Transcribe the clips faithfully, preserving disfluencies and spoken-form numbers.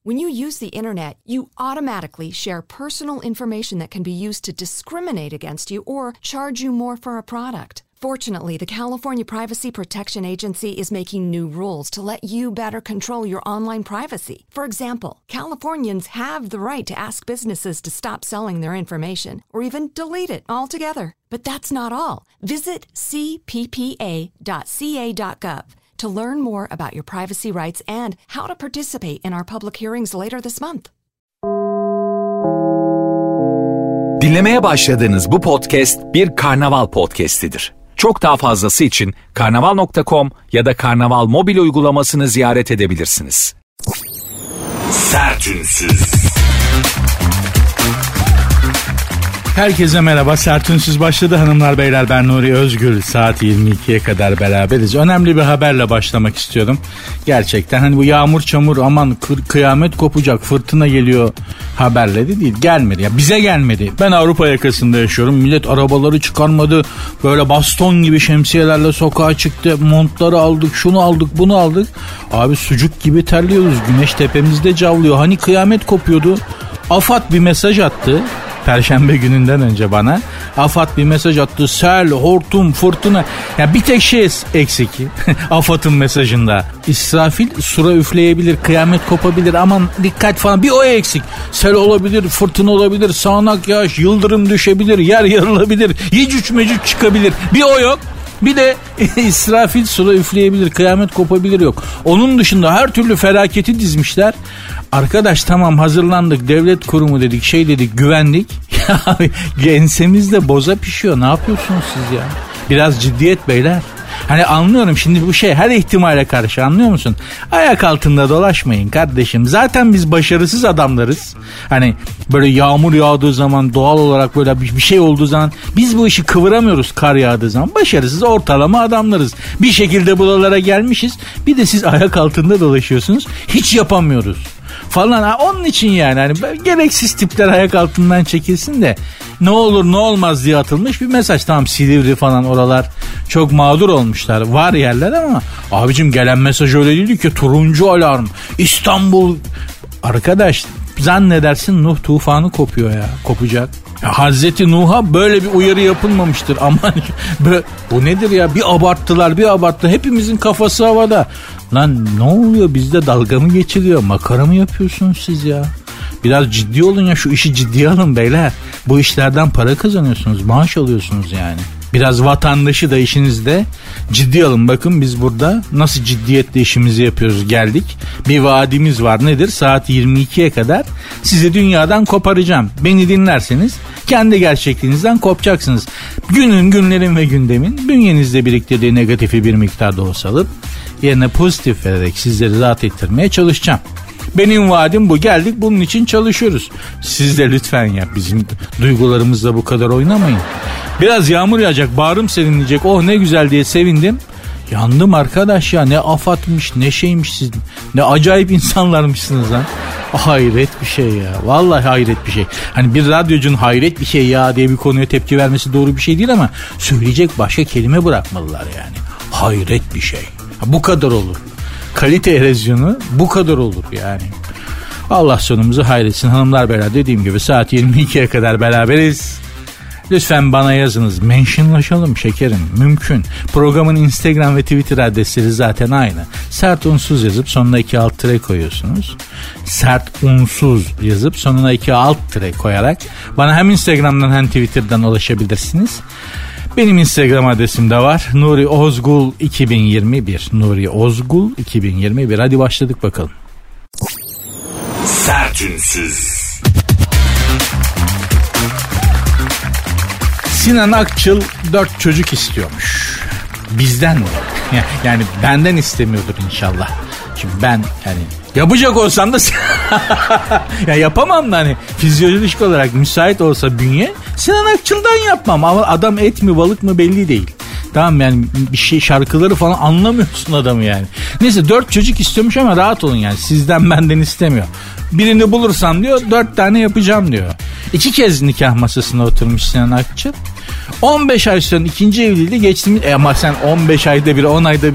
When you use the internet, you automatically share personal information that can be used to discriminate against you or charge you more for a product. Fortunately, the California Privacy Protection Agency is making new rules to let you better control your online privacy. For example, Californians have the right to ask businesses to stop selling their information or even delete it altogether. But that's not all. Visit c p p a dot c a dot gov to learn more about your privacy rights and how to participate in our public hearings later this month. Dinlemeye başladığınız bu podcast bir Karnaval podcastidir. Çok daha fazlası için karnaval nokta com ya da Karnaval mobil uygulamasını ziyaret edebilirsiniz. Sertünsüz. Herkese merhaba. Sertünsüz başladı hanımlar beyler. Ben Nuri Özgül. Saat yirmi ikiye kadar beraberiz. Önemli bir haberle başlamak istiyorum. Gerçekten hani bu yağmur çamur aman kı- kıyamet kopacak fırtına geliyor haberleri değil. Gelmedi ya, bize gelmedi. Ben Avrupa yakasında yaşıyorum. Millet arabaları çıkarmadı. Böyle baston gibi şemsiyelerle sokağa çıktı. Montları aldık, şunu aldık, bunu aldık. Abi sucuk gibi terliyoruz. Güneş tepemizde cavlıyor. Hani kıyamet kopuyordu. AFAD bir mesaj attı. Perşembe gününden önce bana AFAD bir mesaj attı. Sel, hortum, fırtına. Ya bir tek şey eksik. AFAD'ın mesajında. İsrafil sura üfleyebilir, kıyamet kopabilir. Aman dikkat falan. Bir o eksik. Sel olabilir, fırtına olabilir, sağanak yağış, yıldırım düşebilir, yer yarılabilir, yecüc mecüc çıkabilir. Bir o yok. Bir de İsrafil sura üfleyebilir, kıyamet kopabilir yok. Onun dışında her türlü felaketi dizmişler. Arkadaş tamam hazırlandık, devlet kurumu dedik, şey dedik, güvendik. Ya ensemizde boza pişiyor. Ne yapıyorsunuz siz ya? Biraz ciddiyet beyler. Hani anlıyorum şimdi bu şey her ihtimale karşı, anlıyor musun? Ayak altında dolaşmayın kardeşim. Zaten biz başarısız adamlarız. Hani böyle yağmur yağdığı zaman, doğal olarak böyle bir şey olduğu zaman biz bu işi kıvıramıyoruz, kar yağdığı zaman. Başarısız ortalama adamlarız. Bir şekilde buralara gelmişiz. Bir de siz ayak altında dolaşıyorsunuz. Hiç yapamıyoruz falan. Ha, onun için yani hani gereksiz tipler ayak altından çekilsin de ne olur ne olmaz diye atılmış bir mesaj. Tamam Silivri falan oralar çok mağdur olmuşlar. Var yerler ama abicim gelen mesaj öyle değildi ki, turuncu alarm İstanbul. Arkadaş zannedersin Nuh tufanı kopuyor ya, kopacak. Ya Hazreti Nuh'a böyle bir uyarı yapılmamıştır. Aman bu nedir ya, bir abarttılar bir abarttı. Hepimizin kafası havada. Lan ne oluyor, bizde dalga mı geçiliyor, makara mı yapıyorsunuz siz ya? Biraz ciddi olun ya, şu işi ciddiye alın beyler. Bu işlerden para kazanıyorsunuz, maaş alıyorsunuz yani. Biraz vatandaşı da işinizde ciddi alın. Bakın biz burada nasıl ciddiyetle işimizi yapıyoruz, geldik. Bir vaadimiz var, nedir? Saat yirmi ikiye kadar sizi dünyadan koparacağım. Beni dinlerseniz kendi gerçekliğinizden kopacaksınız. Günün, günlerin ve gündemin bünyenizde biriktirdiği negatifi bir miktarda olsa alıp yerine pozitif vererek sizleri rahat ettirmeye çalışacağım. Benim vaadim bu. Geldik bunun için çalışıyoruz. Siz de lütfen ya bizim duygularımızla bu kadar oynamayın. Biraz yağmur yağacak, bağrım serinleyecek, oh ne güzel diye sevindim. Yandım arkadaş ya, ne afatmış ne şeymiş siz, ne acayip insanlarmışsınız lan. Hayret bir şey ya, vallahi hayret bir şey. Hani bir radyocunun hayret bir şey ya diye bir konuya tepki vermesi doğru bir şey değil ama söyleyecek başka kelime bırakmalılar yani. Hayret bir şey. Bu kadar olur. Kalite erozyonu bu kadar olur yani. Allah sonumuzu hayretsin hanımlar beyler. Dediğim gibi saat yirmi ikiye kadar beraberiz. Lütfen bana yazınız. Mentionlaşalım şekerim. Mümkün. Programın Instagram ve Twitter adresleri zaten aynı. Sert unsuz yazıp sonuna iki alt tire koyuyorsunuz. Sert unsuz yazıp sonuna iki alt tire koyarak bana hem Instagram'dan hem Twitter'dan ulaşabilirsiniz. Benim Instagram adresim de var. Nuri Ozgul iki bin yirmi bir. Nuri Ozgul iki bin yirmi bir. Hadi başladık bakalım. Sertünsüz. Sinan Akçıl dört çocuk istiyormuş. Bizden mi? Yani benden istemiyordur inşallah. Şimdi ben yani yapacak olsam da ya yapamam da hani fizyolojik olarak müsait olsa bünye Sinan Akçıl'dan yapmam. Ama adam et mi balık mı belli değil. Tamam yani bir şey, şarkıları falan anlamıyorsun adamı yani. Neyse dört çocuk istiyormuş ama rahat olun yani, sizden benden istemiyor. Birini bulursam diyor dört tane yapacağım diyor. İki kez nikah masasına oturmuş Sinan Akçıl. on beş ay sonra ikinci evliliği geçtiğimiz e ama sen on beş ayda bir on ayda bir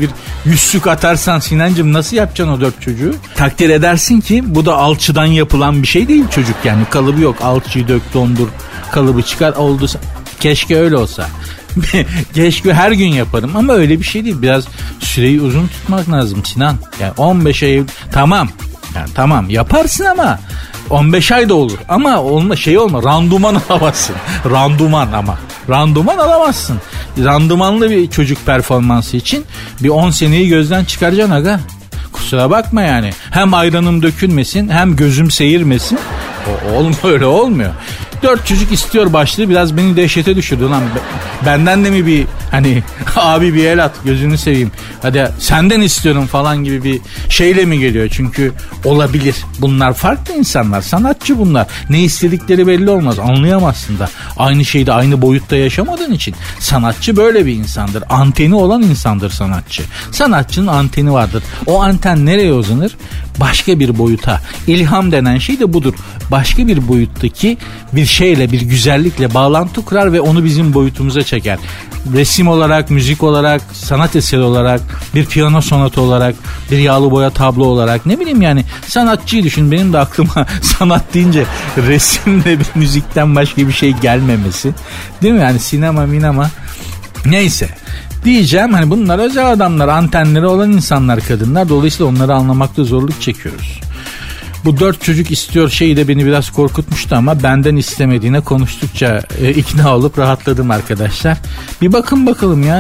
yüzsük atarsan Sinancığım nasıl yapacaksın o dört çocuğu? Takdir edersin ki bu da alçıdan yapılan bir şey değil çocuk yani. Kalıbı yok. Alçıyı dök dondur. Kalıbı çıkar oldu. Keşke öyle olsa. Keşke her gün yaparım ama öyle bir şey değil. Biraz süreyi uzun tutmak lazım Sinan. Yani on beş ay tamam. Yani tamam yaparsın ama on beş ay da olur. Ama olma şey olma. Randuman alamazsın. Randuman ama. Randuman alamazsın. Randumanlı bir çocuk performansı için bir on seneyi gözden çıkaracaksın aga. Kusura bakma yani. Hem ayranım dökülmesin hem gözüm seyirmesin. O, olmuyor öyle olmuyor. Dört çocuk istiyor başlığı biraz beni dehşete düşürdü lan. Benden de mi bir hani abi bir el at gözünü seveyim. Hadi senden istiyorum falan gibi bir şeyle mi geliyor? Çünkü olabilir. Bunlar farklı insanlar. Sanatçı bunlar. Ne istedikleri belli olmaz. Anlayamazsın da. Aynı şeyde aynı boyutta yaşamadığın için. Sanatçı böyle bir insandır. Anteni olan insandır sanatçı. Sanatçının anteni vardır. O anten nereye uzanır? Başka bir boyuta. İlham denen şey de budur. Başka bir boyuttaki bir şeyle, bir güzellikle bağlantı kurar ve onu bizim boyutumuza çeker. Resim olarak, müzik olarak, sanat eseri olarak, bir piyano sonatı olarak, bir yağlı boya tablo olarak, ne bileyim yani sanatçıyı düşün. Benim de aklıma sanat deyince resimle bir müzikten başka bir şey gelmemesi. Değil mi? Yani sinema, minema. Neyse. Diyeceğim hani bunlar özel adamlar, antenleri olan insanlar, kadınlar. Dolayısıyla onları anlamakta zorluk çekiyoruz. Bu dört çocuk istiyor şeyi de beni biraz korkutmuştu ama benden istemediğine konuştukça e, ikna olup rahatladım arkadaşlar. Bir bakın bakalım ya.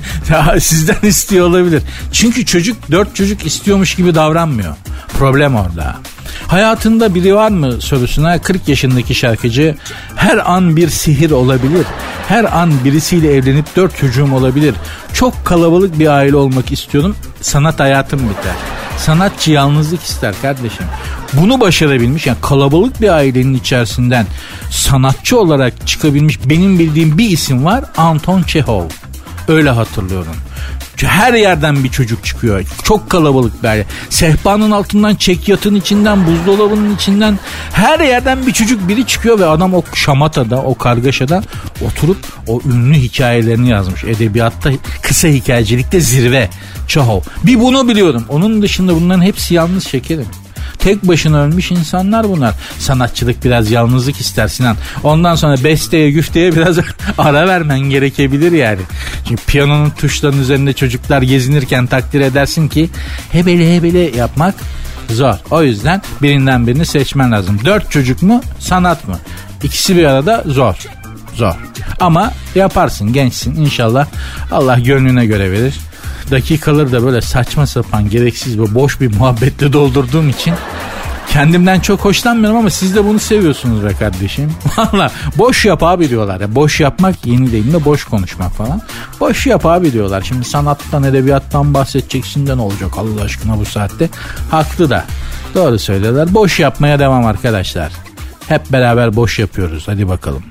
Sizden istiyor olabilir. Çünkü çocuk dört çocuk istiyormuş gibi davranmıyor. Problem orada. Hayatında biri var mı sorusuna kırk yaşındaki şarkıcı her an bir sihir olabilir. Her an birisiyle evlenip dört çocuğum olabilir. Çok kalabalık bir aile olmak istiyorum. Sanat hayatım biter. Sanatçı yalnızlık ister kardeşim. Bunu başarabilmiş yani kalabalık bir ailenin içerisinden sanatçı olarak çıkabilmiş benim bildiğim bir isim var. Anton Çehov. Öyle hatırlıyorum. Her yerden bir çocuk çıkıyor. Çok kalabalık bir aile. Sehpanın altından, çekyatın içinden, buzdolabının içinden her yerden bir çocuk biri çıkıyor ve adam o şamatada, o kargaşada oturup o ünlü hikayelerini yazmış. Edebiyatta kısa hikayecilikte zirve. Çehov. Bir bunu biliyorum. Onun dışında bunların hepsi yalnız şekerim. Tek başına ölmüş insanlar bunlar. Sanatçılık biraz yalnızlık ister Sinan. Ondan sonra besteye güfteye biraz ara vermen gerekebilir yani. Çünkü piyanonun tuşlarının üzerinde çocuklar gezinirken takdir edersin ki hebele hebele yapmak zor. O yüzden birinden birini seçmen lazım. Dört çocuk mu sanat mı? İkisi bir arada zor. Zor. Ama yaparsın, gençsin inşallah. Allah gönlüne göre verir. Dakikaları da böyle saçma sapan, gereksiz ve boş bir muhabbetle doldurduğum için kendimden çok hoşlanmıyorum ama siz de bunu seviyorsunuz be kardeşim. Valla boş yap abi diyorlar. Ya, boş yapmak yeni değil mi? Boş konuşmak falan. Boş yap abi diyorlar. Şimdi sanattan, edebiyattan bahsedeceksin de ne olacak Allah aşkına bu saatte? Haklı da. Doğru söylüyorlar. Boş yapmaya devam arkadaşlar. Hep beraber boş yapıyoruz. Hadi bakalım.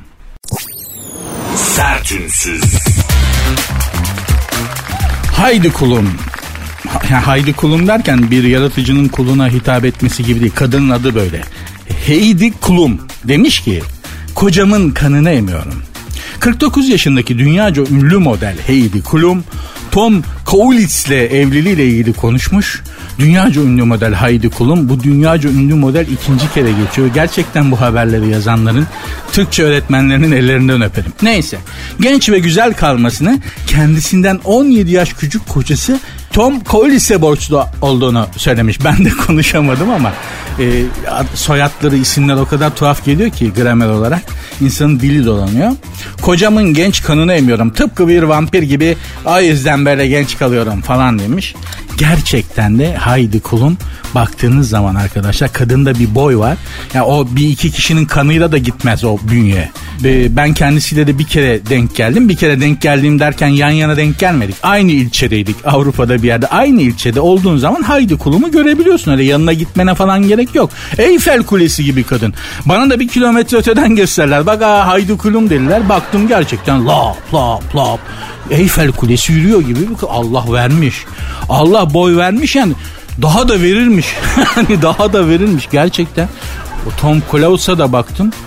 Sertünsüz. Haydi kulum. Haydi kulum derken bir yaratıcının kuluna hitap etmesi gibi değil. Kadının adı böyle. Heidi Klum demiş ki kocamın kanını emiyorum. kırk dokuz yaşındaki dünyaca ünlü model Heidi Klum Tom Kaulitz'le evliliğiyle ilgili konuşmuş. Dünyaca ünlü model Heidi Klum bu dünyaca ünlü model ikinci kere geçiyor. Gerçekten bu haberleri yazanların Türkçe öğretmenlerinin ellerinden öperim. Neyse, genç ve güzel kalmasını kendisinden on yedi yaş küçük kocası Tom Kaulitz'e borçlu olduğunu söylemiş. Ben de konuşamadım ama e, soyadları, isimler o kadar tuhaf geliyor ki gramer olarak insanın dili dolanıyor. Kocamın genç kanını emiyorum. Tıpkı bir vampir gibi, o yüzden böyle genç kalıyorum falan demiş. Gerçekten de Heidi Klum baktığınız zaman arkadaşlar kadında bir boy var. Yani o bir iki kişinin kanıyla da gitmez o bünye. Ben kendisiyle de bir kere denk geldim. Bir kere denk geldiğim derken yan yana denk gelmedik. Aynı ilçedeydik Avrupa'da bir yerde. Aynı ilçede olduğun zaman Heidi Klum'u görebiliyorsun. Öyle yanına gitmene falan gerek yok. Eyfel Kulesi gibi kadın. Bana da bir kilometre öteden gösterler. Bak ha Heidi Klum dediler. Baktım gerçekten lap lap lap. Eyfel Kulesi yürüyor gibi. Allah vermiş. Allah boy vermiş yani. Daha da verirmiş. Hani daha da verirmiş gerçekten. O Tom Cruise'a da baktım.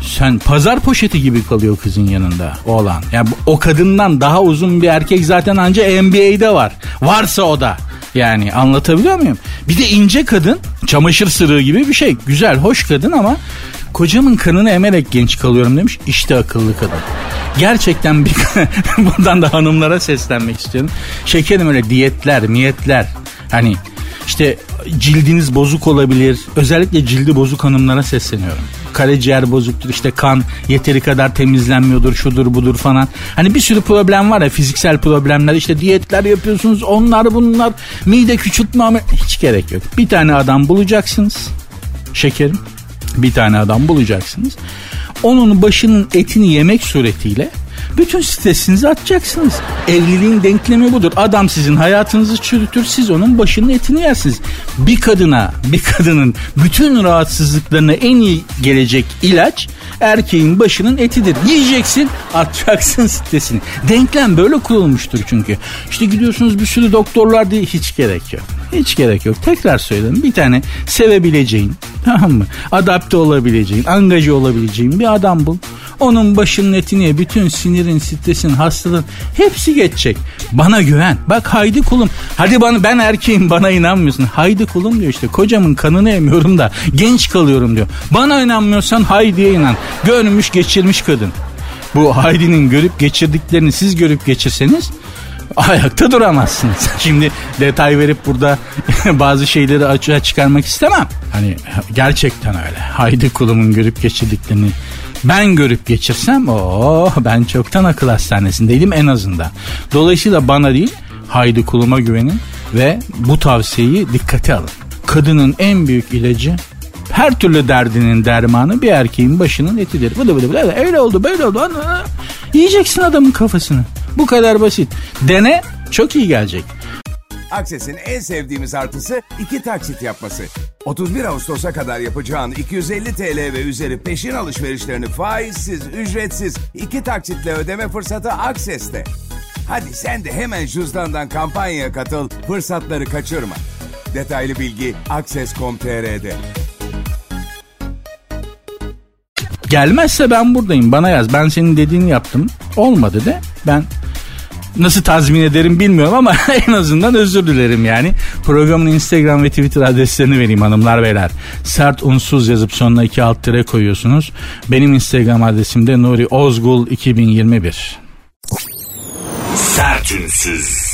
Sen pazar poşeti gibi kalıyor kızın yanında oğlan. Yani o kadından daha uzun bir erkek zaten anca N B A'de var. Varsa o da. Yani anlatabiliyor muyum? Bir de ince kadın, çamaşır sırığı gibi bir şey. Güzel, hoş kadın ama kocamın kanını emerek genç kalıyorum demiş. İşte akıllı kadın. Gerçekten bir buradan da hanımlara seslenmek istiyorum. Şekerim öyle diyetler, miyetler. Hani işte cildiniz bozuk olabilir. Özellikle cildi bozuk hanımlara sesleniyorum. Karaciğer bozuktur, işte kan yeteri kadar temizlenmiyordur, şudur budur falan. Hani bir sürü problem var ya, fiziksel problemler, işte diyetler yapıyorsunuz, onlar bunlar, mide küçültme ama hiç gerek yok. Bir tane adam bulacaksınız şekerim, bir tane adam bulacaksınız. Onun başının etini yemek suretiyle bütün stresinizi atacaksınız. Evliliğin denklemi budur. Adam sizin hayatınızı çürütür, siz onun başının etini yersiniz. Bir kadına, bir kadının bütün rahatsızlıklarına en iyi gelecek ilaç erkeğin başının etidir. Yiyeceksin, atacaksın stresini. Denklem böyle kurulmuştur çünkü. İşte gidiyorsunuz bir sürü doktorlar diye, hiç gerek yok. Hiç gerek yok. Tekrar söyledim. Bir tane sevebileceğin, tamam mı? Adapte olabileceğin, angaje olabileceğin bir adam bul. Onun başının etini, bütün sinirin, stresin, hastalığın hepsi geçecek. Bana güven. Bak haydi kulum. Hadi bana, ben erkeğim, bana inanmıyorsun. Haydi kulum diyor işte. Kocamın kanını emiyorum da genç kalıyorum diyor. Bana inanmıyorsan Haydi'ye inan. Görmüş geçirmiş kadın. Bu Haydi'nin görüp geçirdiklerini siz görüp geçirseniz ayakta duramazsınız. Şimdi detay verip burada bazı şeyleri açığa çıkarmak istemem. Hani gerçekten öyle. Haydi kulumun görüp geçirdiklerini ben görüp geçirsem oh, ben çoktan akıl hastanesindeydim en azından. Dolayısıyla bana değil, haydi kuluma güvenin ve bu tavsiyeyi dikkate alın. Kadının en büyük ilacı, her türlü derdinin dermanı bir erkeğin başının etidir. Bıdı bıdı bıdı, öyle oldu böyle oldu. Yiyeceksin adamın kafasını. Bu kadar basit. Dene, çok iyi gelecek. Akses'in en sevdiğimiz artısı iki taksit yapması. otuz bir Ağustos'a kadar yapacağın iki yüz elli TL ve üzeri peşin alışverişlerini faizsiz, ücretsiz iki taksitle ödeme fırsatı Akses'te. Hadi sen de hemen cüzdandan kampanyaya katıl, fırsatları kaçırma. Detaylı bilgi akses nokta com nokta tr'de. Gelmezse ben buradayım, bana yaz. Ben senin dediğini yaptım. Olmadı de ben nasıl tazmin ederim bilmiyorum ama en azından özür dilerim yani. Programın Instagram ve Twitter adreslerini vereyim hanımlar beyler. Sert unsuz yazıp sonuna iki alt tire koyuyorsunuz. Benim Instagram adresim de Nuri Ozgul iki bin yirmi bir. Sert unsuz.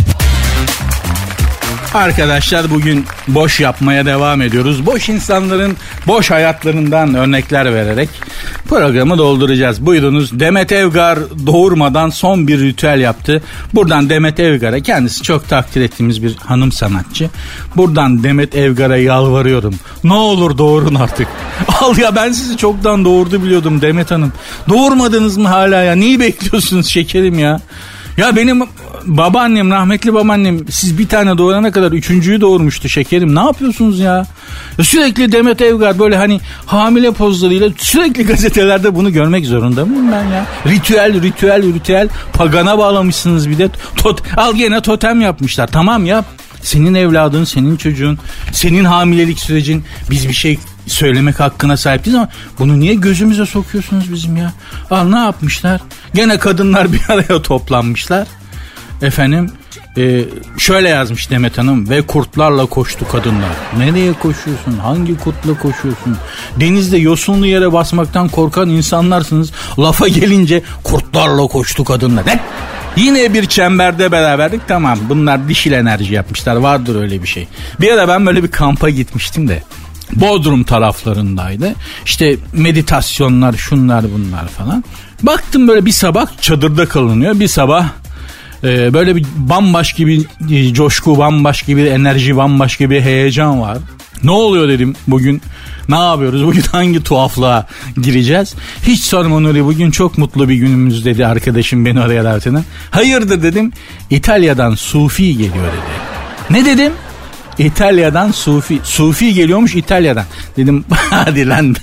Arkadaşlar bugün boş yapmaya devam ediyoruz. Boş insanların boş hayatlarından örnekler vererek programı dolduracağız. Buyurunuz. Demet Evgar doğurmadan son bir ritüel yaptı. Buradan Demet Evgar'a, kendisi çok takdir ettiğimiz bir hanım sanatçı. Buradan Demet Evgar'a yalvarıyorum. Ne olur doğurun artık. Al ya, ben sizi çoktan doğurdu biliyordum Demet Hanım. Doğurmadınız mı hala ya? Neyi bekliyorsunuz şekerim ya? Ya benim babaannem, rahmetli babaannem, siz bir tane doğurana kadar üçüncüyü doğurmuştu şekerim. Ne yapıyorsunuz ya? ya sürekli Demet Evgar böyle hani hamile pozlarıyla sürekli gazetelerde bunu görmek zorunda mıyım ben ya? Ritüel, ritüel, ritüel. Pagana bağlamışsınız bir de. Tot, al gene totem yapmışlar. Tamam yap. Senin evladın, senin çocuğun, senin hamilelik sürecin. Biz bir şey söylemek hakkına sahip değiliz ama bunu niye gözümüze sokuyorsunuz bizim ya? Al, ne yapmışlar? Gene kadınlar bir araya toplanmışlar. Efendim e, şöyle yazmış Demet Hanım: ve kurtlarla koştu kadınlar. Nereye koşuyorsun? Hangi kurtla koşuyorsun? Denizde yosunlu yere basmaktan korkan insanlarsınız. Lafa gelince kurtlarla koştu kadınlar. Ne? Yine bir çemberde beraberdik, tamam, bunlar dişil enerji yapmışlar, vardır öyle bir şey. Bir ara ben böyle bir kampa gitmiştim de Bodrum taraflarındaydı. İşte meditasyonlar, şunlar bunlar falan. Baktım böyle bir sabah çadırda kalınıyor, bir sabah e, böyle bir bambaşka bir e, coşku, bambaşka bir enerji, bambaşka bir heyecan var. Ne oluyor dedim, bugün ne yapıyoruz, bugün hangi tuhaflığa gireceğiz? Hiç sorma Nuri, bugün çok mutlu bir günümüz dedi arkadaşım beni arayarak. Hayırdır dedim, İtalya'dan Sufi geliyor dedi. Ne dedim? İtalya'dan Sufi. Sufi geliyormuş İtalya'dan. Dedim hadi lan.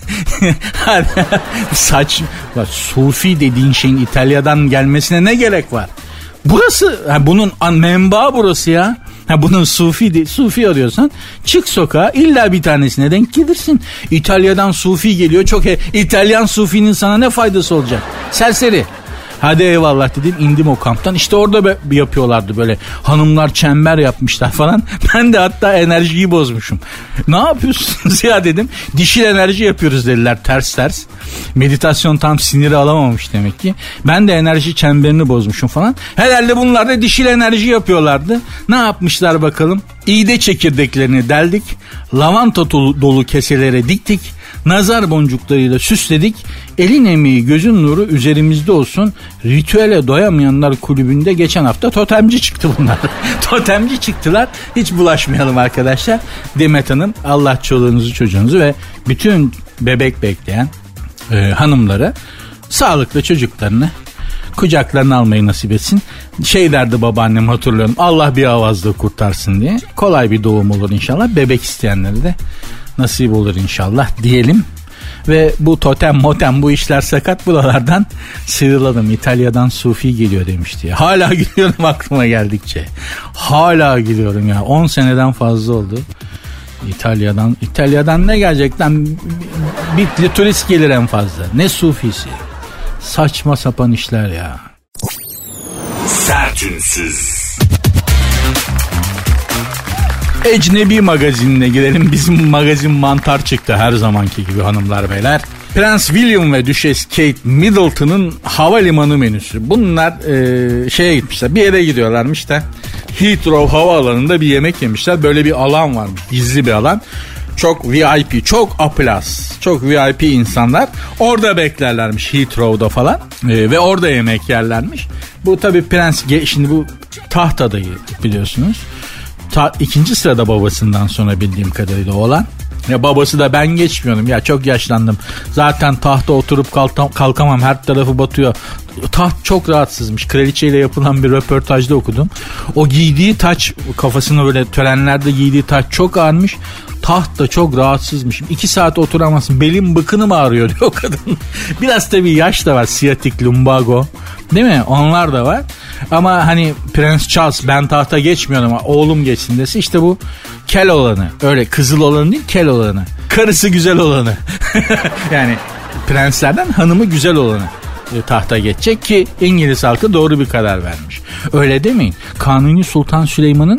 Saç. Sufi dediğin şeyin İtalya'dan gelmesine ne gerek var? Burası, bunun menbaı burası ya. Ha bunun sufi değil. Sufi arıyorsan çık sokağa, illa bir tanesine denk gelirsin. İtalya'dan sufi geliyor. Çok he, İtalyan sufinin sana ne faydası olacak? Serseri. Hadi eyvallah dedim, indim o kamptan. İşte orada be, yapıyorlardı böyle, hanımlar çember yapmışlar falan. Ben de hatta enerjiyi bozmuşum. Ne yapıyorsunuz ya dedim. Dişil enerji yapıyoruz dediler, ters ters. Meditasyon tam siniri alamamış demek ki. Ben de enerji çemberini bozmuşum falan. Herhalde bunlar da dişil enerji yapıyorlardı. Ne yapmışlar bakalım? İğde çekirdeklerini deldik. Lavanta dolu, dolu keselere diktik. Nazar boncuklarıyla süsledik. Elin emeği gözün nuru üzerimizde olsun. Ritüele doyamayanlar kulübünde geçen hafta totemci çıktı bunlar. Totemci çıktılar. Hiç bulaşmayalım arkadaşlar. Demet Hanım, Allah çoluğunuzu çocuğunuzu ve bütün bebek bekleyen e, hanımları, sağlıklı çocuklarını kucaklarına almayı nasip etsin. Şey derdi babaannem, hatırlıyorum, Allah bir avazda kurtarsın diye. Kolay bir doğum olur inşallah. Bebek isteyenleri de nasip olur inşallah diyelim. Ve bu totem motem bu işler sakat, buralardan sıyrılalım. İtalya'dan sufi geliyor demişti ya. Hala gülüyorum aklıma geldikçe. Hala gülüyorum ya. on seneden fazla oldu. İtalya'dan İtalya'dan ne gelecekten bitli turist gelir en fazla. Ne sufisi. Saçma sapan işler ya. Sertünsüz. Ecnebi magazinine girelim. Bizim magazin mantar çıktı her zamanki gibi hanımlar beyler. Prens William ve Düşes Kate Middleton'ın havalimanı menüsü. Bunlar e, şeye gitmişler, bir yere gidiyorlarmış da Heathrow havaalanında bir yemek yemişler. Böyle bir alan varmış, gizli bir alan. Çok V I P, çok A plus, çok V I P insanlar orada beklerlermiş Heathrow'da falan e, ve orada yemek yerlermiş. Bu tabii prens, şimdi bu taht adayı biliyorsunuz. Ta, ikinci sırada babasından sonra bildiğim kadarıyla olan. Ya babası da ben geçmiyorum ya, çok yaşlandım. Zaten tahta oturup kalkam, kalkamam, her tarafı batıyor. Taht çok rahatsızmış. Kraliçeyle yapılan bir röportajda okudum. O giydiği taç, kafasını böyle törenlerde giydiği taç çok ağırmış. Taht da çok rahatsızmış. İki saat oturamazsın. Belim bıkınım ağrıyor diyor kadın. Biraz tabii yaş da var. Siyatik, lumbago. Değil mi? Onlar da var. Ama hani Prens Charles, ben tahta geçmiyorum ama oğlum geçsin dese, işte bu kel olanı. Öyle kızıl olanı değil, kel olanı. Karısı güzel olanı. Yani prenslerden hanımı güzel olanı tahta geçecek ki İngiliz halkı doğru bir karar vermiş. Öyle demeyin. Kanuni Sultan Süleyman'ın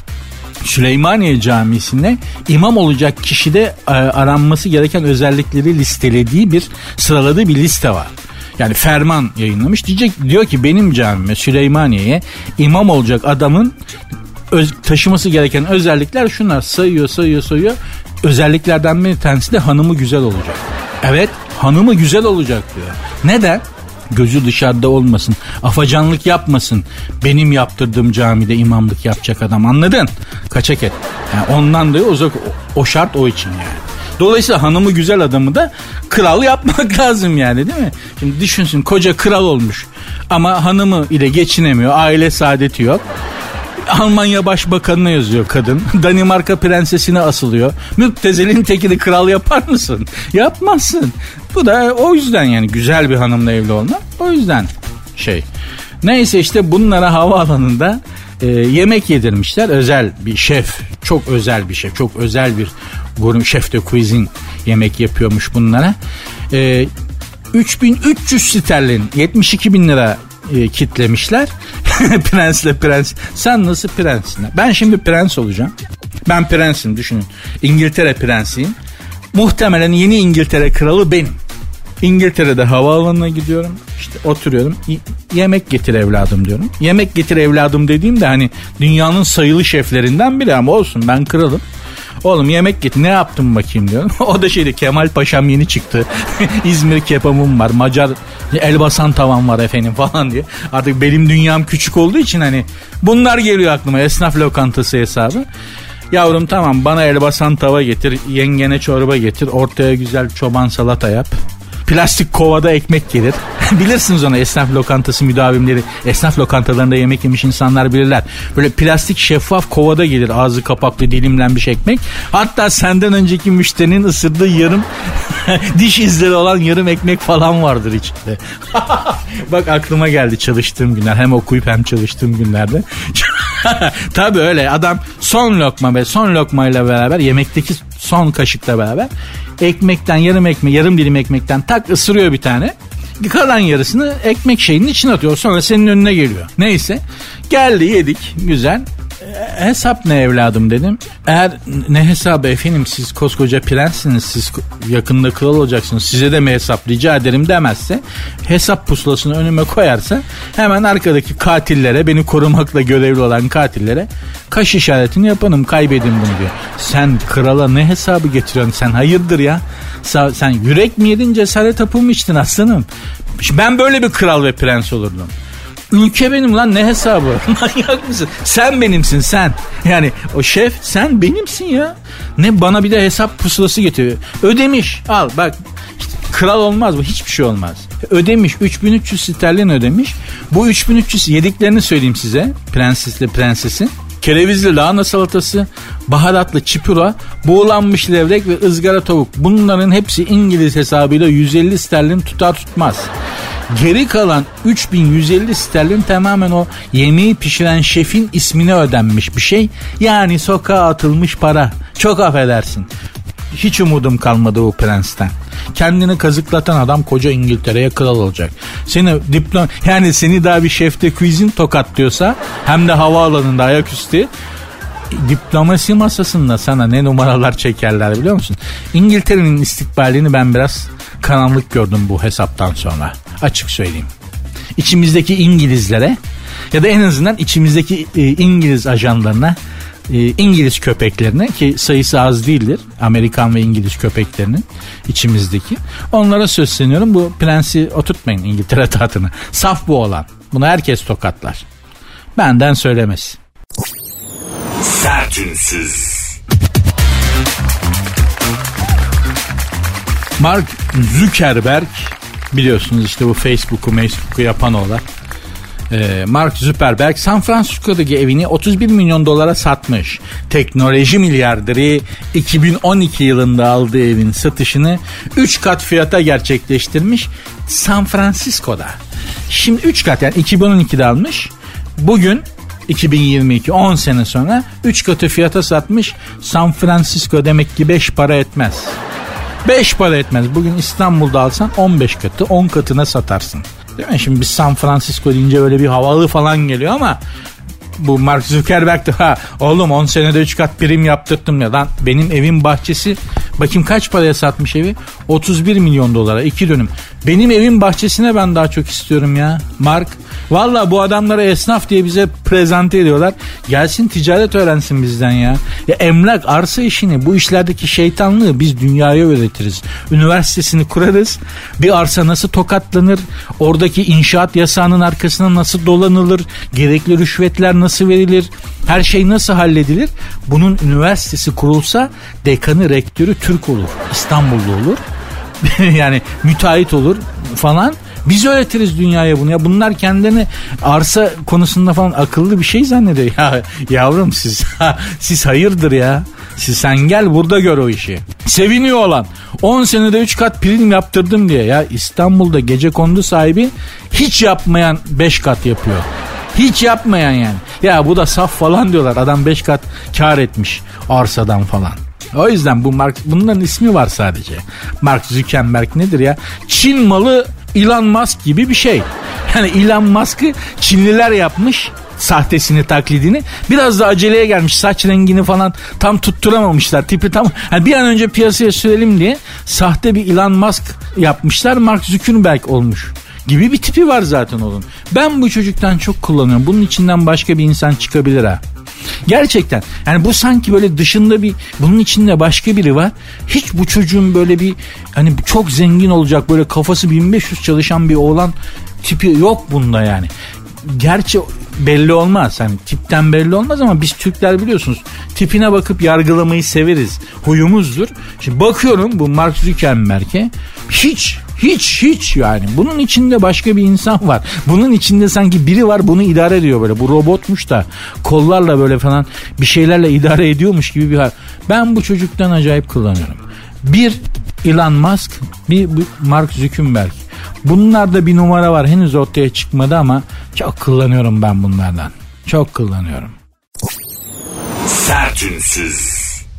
Süleymaniye Camisi'nde imam olacak kişide e, aranması gereken özellikleri listelediği bir, sıraladığı bir liste var. Yani ferman yayınlamış. Diyecek, diyor ki benim camime, Süleymaniye'ye imam olacak adamın öz, taşıması gereken özellikler şunlar. Sayıyor sayıyor sayıyor. Özelliklerden bir tanesi de hanımı güzel olacak. Evet, hanımı güzel olacak diyor. Neden? Gözü dışarıda olmasın, afacanlık yapmasın. Benim yaptırdığım camide imamlık yapacak adam, anladın? Kaçak et. Yani ondan da o, o şart o için yani. Dolayısıyla hanımı güzel adamı da kral yapmak lazım yani, değil mi? Şimdi düşünsün, koca kral olmuş ama hanımı ile geçinemiyor, aile saadeti yok. Almanya Başbakanı'na yazıyor kadın. Danimarka prensesine asılıyor. Müptezelin tekini kral yapar mısın? Yapmazsın. Bu da o yüzden, yani güzel bir hanımla evli olmak. O yüzden şey. Neyse işte bunlara havaalanında e, yemek yedirmişler. Özel bir şef. Çok özel bir şef. Çok özel bir gurme, şef de cuisine yemek yapıyormuş bunlara. E, üç bin üç yüz sterlin, yetmiş iki bin lira e, kitlemişler. Prensle prens. Sen nasıl prenssin? Ben şimdi prens olacağım. Ben prensim, düşünün. İngiltere prensiyim. Muhtemelen yeni İngiltere kralı benim. İngiltere'de havaalanına gidiyorum. İşte oturuyorum. Y- yemek getir evladım diyorum. Yemek getir evladım dediğimde hani dünyanın sayılı şeflerinden biri ama olsun, ben kralım. Oğlum yemek getir, ne yaptım bakayım diyorum. O da şeydi, Kemal Paşam yeni çıktı. İzmir kebabım var, Macar elbasan tavam var efendim falan diye. Artık benim dünyam küçük olduğu için hani bunlar geliyor aklıma, esnaf lokantası hesabı. Yavrum tamam, bana elbasan tava getir, yengene çorba getir, ortaya güzel çoban salata yap. Plastik kovada ekmek gelir. Bilirsiniz onu, esnaf lokantası müdavimleri, esnaf lokantalarında yemek yemiş insanlar bilirler. Böyle plastik şeffaf kovada gelir, ağzı kapaklı dilimlenmiş ekmek. Hatta senden önceki müşterinin ısırdığı yarım Diş izleri olan yarım ekmek falan vardır içinde. Bak aklıma geldi çalıştığım günler. Hem okuyup hem çalıştığım günlerde. Tabii öyle adam son lokma ve son lokmayla beraber yemekteki son kaşıkla beraber ekmekten yarım ekmek yarım dilim ekmekten tak ısırıyor bir tane. Kalan yarısını ekmek şeyinin içine atıyor. Sonra senin önüne geliyor. Neyse geldi yedik güzel. E, hesap ne evladım dedim. Eğer ne hesabı efendim siz koskoca prenssiniz, siz yakında kral olacaksınız, size de mi hesap rica ederim demezse, hesap pusulasını önüme koyarsa hemen arkadaki katillere, beni korumakla görevli olan katillere kaş işaretini yapanım, kaybedin bunu diyor. Sen krala ne hesabı getiriyorsun, sen hayırdır ya, sen yürek mi yedin, cesaret hapı mı içtin aslanım? Ben böyle bir kral ve prens olurdum. Ülke benim lan, ne hesabı? Manyak mısın? Sen benimsin sen. Yani o şef sen benimsin ya. Ne bana bir de hesap pusulası getiriyor. Ödemiş. Al bak. İşte kral olmaz bu. Hiçbir şey olmaz. Ödemiş. üç bin üç yüz sterlin ödemiş. Bu üç bin üç yüz yediklerini söyleyeyim size. Prensesle prensesin. Kerevizli lahana salatası, baharatlı çipura, buğulanmış levrek ve ızgara tavuk. Bunların hepsi İngiliz hesabıyla yüz elli sterlin tutar tutmaz. Geri kalan üç bin yüz elli sterlin tamamen o yemeği pişiren şefin ismine ödenmiş bir şey. Yani sokağa atılmış para. Çok affedersin. Hiç umudum kalmadı o prensten. Kendini kazıklatan adam koca İngiltere'ye kral olacak. Seni diplom yani seni daha bir şefte cuisine tokatlıyorsa, hem de havaalanında ayaküstü, diplomasi masasında sana ne numaralar çekerler biliyor musun? İngiltere'nin istikbalini ben biraz karanlık gördüm bu hesaptan sonra. Açık söyleyeyim. İçimizdeki İngilizlere ya da en azından içimizdeki e, İngiliz ajanlarına, e, İngiliz köpeklerine, ki sayısı az değildir, Amerikan ve İngiliz köpeklerinin içimizdeki, onlara sesleniyorum, bu prensi oturtmayın İngiltere tahtına. Saf bu olan. Bunu herkes tokatlar. Benden söylemesi. Sertünsüz. Mark Zuckerberg, biliyorsunuz işte bu Facebook'u Facebook'u yapan olan ee, Mark Zuckerberg San Francisco'daki evini otuz bir milyon dolara satmış. Teknoloji milyarderi iki bin on iki yılında aldığı evin satışını üç kat fiyata gerçekleştirmiş San Francisco'da. Şimdi üç kat, yani iki bin on ikide almış. Bugün iki bin yirmi iki, on sene sonra üç katı fiyata satmış. San Francisco demek ki beş para etmez. beş para etmez. Bugün İstanbul'da alsan on beş katı, on katına satarsın. Değil mi? Şimdi biz San Francisco deyince öyle bir havalı falan geliyor ama bu Mark Zuckerberg de ha oğlum on senede üç kat prim yaptırttım ya lan, benim evin bahçesi bakayım kaç paraya satmış evi, otuz bir milyon dolara iki dönüm. Benim evin bahçesine ben daha çok istiyorum ya Mark. Valla bu adamlara esnaf diye bize prezente ediyorlar. Gelsin ticaret öğrensin bizden ya. Ya emlak, arsa işini, bu işlerdeki şeytanlığı biz dünyaya öğretiriz. Üniversitesini kurarız. Bir arsa nasıl tokatlanır? Oradaki inşaat yasağının arkasına nasıl dolanılır? Gerekli rüşvetler nasıl verilir? Her şey nasıl halledilir? Bunun üniversitesi kurulsa dekanı, rektörü Türk olur. İstanbullu olur. Yani müteahhit olur falan. Biz öğretiriz dünyaya bunu ya. Bunlar kendilerini arsa konusunda falan akıllı bir şey zannediyor. Ya yavrum siz siz hayırdır ya. Siz sen gel burada gör o işi. Seviniyor olan on senede üç kat prim yaptırdım diye. Ya İstanbul'da gecekondu sahibi hiç yapmayan beş kat yapıyor. Hiç yapmayan yani. Ya bu da saf falan diyorlar. Adam beş kat kar etmiş arsadan falan. O yüzden bu Mark, bunların ismi var sadece. Mark Zuckerberg nedir ya? Çin malı Elon Musk gibi bir şey. Yani Elon Musk'ı Çinliler yapmış, sahtesini, taklidini. Biraz da aceleye gelmiş, saç rengini falan tam tutturamamışlar. Tipi tam, yani bir an önce piyasaya sürelim diye sahte bir Elon Musk yapmışlar. Mark Zuckerberg olmuş gibi bir tipi var zaten onun. Ben bu çocuktan çok kullanıyorum. Bunun içinden başka bir insan çıkabilir ha. Gerçekten yani bu sanki böyle dışında bir, bunun içinde başka biri var. Hiç bu çocuğun böyle bir hani çok zengin olacak, böyle kafası bin beş yüz çalışan bir oğlan tipi yok bunda yani. Gerçi belli olmaz, hani tipten belli olmaz ama biz Türkler biliyorsunuz tipine bakıp yargılamayı severiz, huyumuzdur. Şimdi bakıyorum bu Mark Zuckerberg'e, hiç hiç hiç yani bunun içinde başka bir insan var, bunun içinde sanki biri var, bunu idare ediyor, böyle bu robotmuş da kollarla böyle falan bir şeylerle idare ediyormuş gibi bir hal. Ben bu çocuktan acayip kullanıyorum. Bir, Elon Musk, bir Mark Zuckerberg. Bunlarda bir numara var, henüz ortaya çıkmadı ama çok kullanıyorum ben bunlardan. Çok kullanıyorum. Sertünsüz.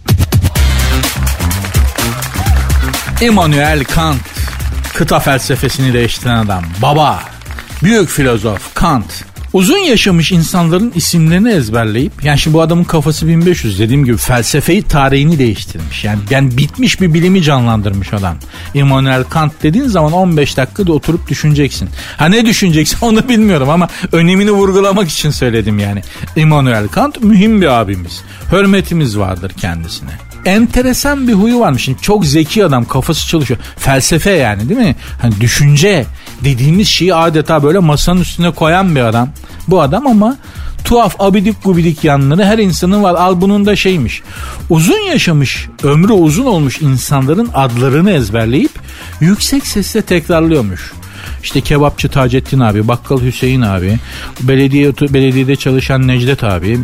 Immanuel Kant, kıta felsefesini değiştiren adam. Baba, büyük filozof Kant. Uzun yaşamış insanların isimlerini ezberleyip, yani şimdi bu adamın kafası bin beş yüz, dediğim gibi felsefeyi, tarihini değiştirmiş. Yani, yani bitmiş bir bilimi canlandırmış adam. Immanuel Kant dediğin zaman on beş dakikada oturup düşüneceksin. Ha ne düşüneceksin onu bilmiyorum ama önemini vurgulamak için söyledim yani. Immanuel Kant mühim bir abimiz. Hürmetimiz vardır kendisine. Enteresan bir huyu varmış. Şimdi çok zeki adam, kafası çalışıyor. Felsefe yani, değil mi? Hani düşünce dediğimiz şeyi adeta böyle masanın üstüne koyan bir adam. Bu adam ama tuhaf, abidik gubidik yanları her insanın var. Al bunun da şeymiş. Uzun yaşamış, ömrü uzun olmuş insanların adlarını ezberleyip yüksek sesle tekrarlıyormuş. İşte kebapçı Taceddin abi, bakkal Hüseyin abi, belediye belediyede çalışan Necdet abi,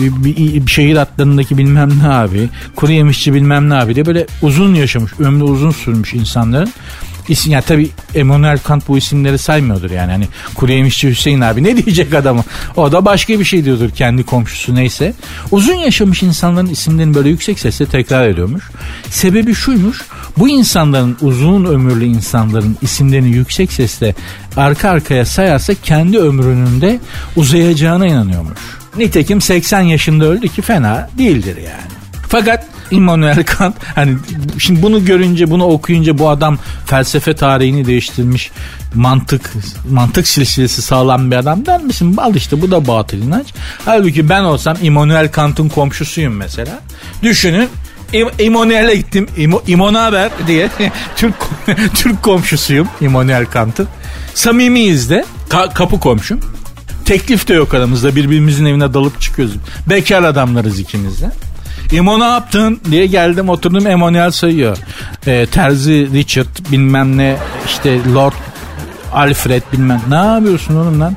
şehir hatlarındaki bilmem ne abi, kuru yemişçi bilmem ne abi diye böyle uzun yaşamış, ömrü uzun sürmüş insanların isim. Yani tabii Immanuel Kant bu isimleri saymıyordur yani. Hani kuru yemişçi Hüseyin abi ne diyecek adamı? O da başka bir şey diyordur, kendi komşusu neyse. Uzun yaşamış insanların isimlerini böyle yüksek sesle tekrar ediyormuş. Sebebi şuymuş. Bu insanların, uzun ömürlü insanların isimlerini yüksek sesle arka arkaya sayarsa kendi ömrünün de uzayacağına inanıyormuş. Nitekim seksen yaşında öldü ki fena değildir yani. Fakat Immanuel Kant, hani şimdi bunu görünce, bunu okuyunca bu adam felsefe tarihini değiştirmiş, mantık mantık silsilesi sağlam bir adam der misin? Al işte, bu da batıl inanç. Halbuki ben olsam Immanuel Kant'ın komşusuyum mesela. Düşünün, İmmanuel'e gittim. İmo, İmo naber diye. Türk Türk komşusuyum Immanuel Kant'ın. Samimiyiz de. Ka- kapı komşum. Teklif de yok aramızda. Birbirimizin evine dalıp çıkıyoruz. Bekar adamlarız ikimiz de. İmo ne yaptın diye geldim, oturdum, Emmanuel sayıyor. Ee, Terzi Richard bilmem ne, işte Lord Alfred bilmem. Ne yapıyorsun oğlum lan?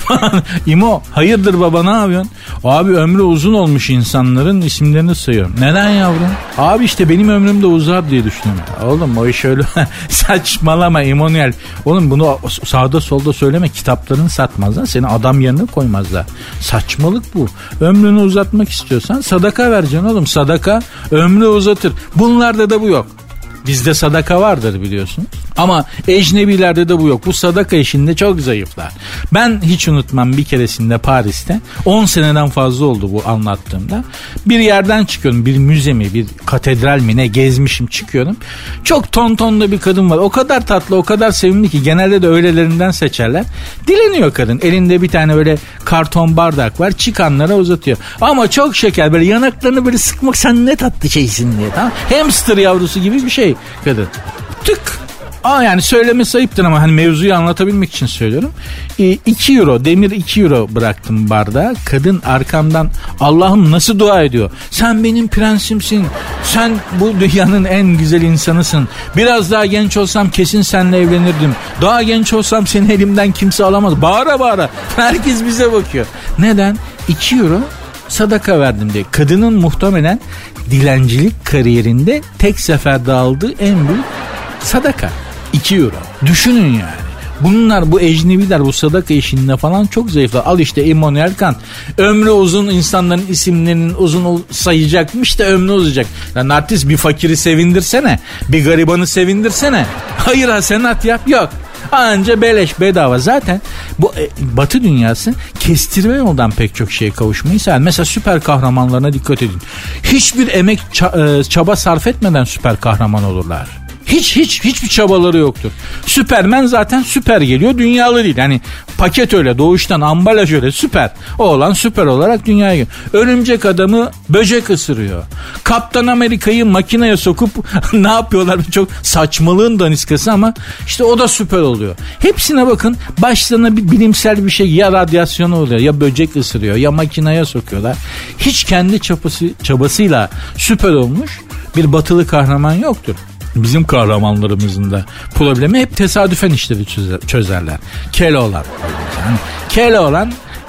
İmo hayırdır baba, ne yapıyorsun? Abi ömrü uzun olmuş insanların isimlerini sayıyorum. Neden yavrum? Abi işte benim ömrüm de uzar diye düşünüyorum. Oğlum o iş öyle saçmalama Immanuel. Oğlum bunu sağda solda söyleme, kitaplarını satmazlar, seni adam yerine koymazlar. Saçmalık bu. Ömrünü uzatmak istiyorsan sadaka vereceksin oğlum. Sadaka ömrü uzatır. Bunlarda da bu yok. Bizde sadaka vardır biliyorsun. Ama ecnebilerde de bu yok. Bu sadaka işinde çok zayıflar. Ben hiç unutmam, bir keresinde Paris'te, on seneden fazla oldu bu anlattığımda. Bir yerden çıkıyorum, bir müze mi, bir katedral mi ne, gezmişim, çıkıyorum. Çok tontonlu bir kadın var. O kadar tatlı, o kadar sevimli ki genelde de öylelerinden seçerler. Dileniyor kadın. Elinde bir tane öyle karton bardak var. Çıkanlara uzatıyor. Ama çok şeker, böyle yanaklarını böyle sıkmak, sen ne tatlı şeysin diye. Tamam? Hamster yavrusu gibi bir şey kadın. Tık. Aa yani söylemesi ayıptır ama hani mevzuyu anlatabilmek için söylüyorum. E, iki euro, demir iki euro bıraktım bardağa. Kadın arkamdan Allah'ım nasıl dua ediyor. Sen benim prensimsin. Sen bu dünyanın en güzel insanısın. Biraz daha genç olsam kesin seninle evlenirdim. Daha genç olsam seni elimden kimse alamaz. Bağıra bağıra. Herkes bize bakıyor. Neden? iki euro sadaka verdim diye. Kadının muhtemelen dilencilik kariyerinde tek seferde aldığı en büyük sadaka. iki euro. Düşünün yani. Bunlar, bu ecnebiler bu sadaka işinde falan çok zayıflar. Al işte Immanuel Kant. Ömrü uzun insanların isimlerinin uzun sayacakmış da ömrü uzayacak. Lan artist, bir fakiri sevindirsene. Bir garibanı sevindirsene. Hayır hasenat yap. Yok. Anca beleş, bedava. Zaten bu e, Batı dünyası kestirme yoldan pek çok şeye kavuşmayı sever. Mesela süper kahramanlarına dikkat edin. Hiçbir emek ça- e, çaba sarf etmeden süper kahraman olurlar. Hiç hiç hiçbir çabaları yoktur. Süpermen zaten süper geliyor, dünyalı değil. Yani paket öyle, doğuştan ambalaj öyle, süper. O olan süper olarak dünyaya geliyor. Örümcek adamı böcek ısırıyor. Kaptan Amerika'yı makineye sokup ne yapıyorlar? Çok saçmalığın daniskası ama işte o da süper oluyor. Hepsine bakın, başlarına bir bilimsel bir şey, ya radyasyonu oluyor, ya böcek ısırıyor, ya makineye sokuyorlar. Hiç kendi çabası, çabasıyla süper olmuş bir batılı kahraman yoktur. Bizim kahramanlarımızın da problemi hep tesadüfen işleri çözer, çözerler. Keloğlan. Yani Keloğlan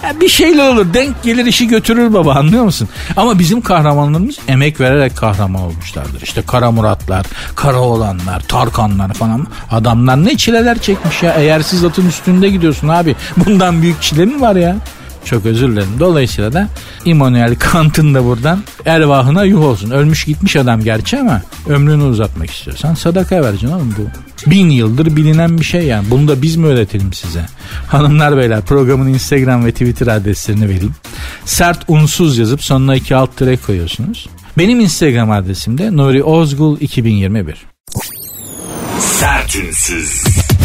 Ya bir şeyler olur, denk gelir işi götürür baba, anlıyor musun? Ama bizim kahramanlarımız emek vererek kahraman olmuşlardır. İşte Kara Muratlar, Kara Oğlanlar, Tarkanlar falan. Adamlar ne çileler çekmiş ya. Eğersiz atın üstünde gidiyorsun abi. Bundan büyük çile mi var ya? Çok özür dilerim. Dolayısıyla da Immanuel Kant'ın da buradan ervahına yuh olsun. Ölmüş gitmiş adam gerçi ama ömrünü uzatmak istiyorsan sadaka vereceksin oğlum bu. Bin yıldır bilinen bir şey yani. Bunu da biz mi öğretelim size? Hanımlar beyler, programın Instagram ve Twitter adreslerini vereyim. Sert unsuz yazıp sonuna iki alt tere koyuyorsunuz. Benim Instagram adresim de Nuri Ozgul iki bin yirmi bir. Sert unsuz.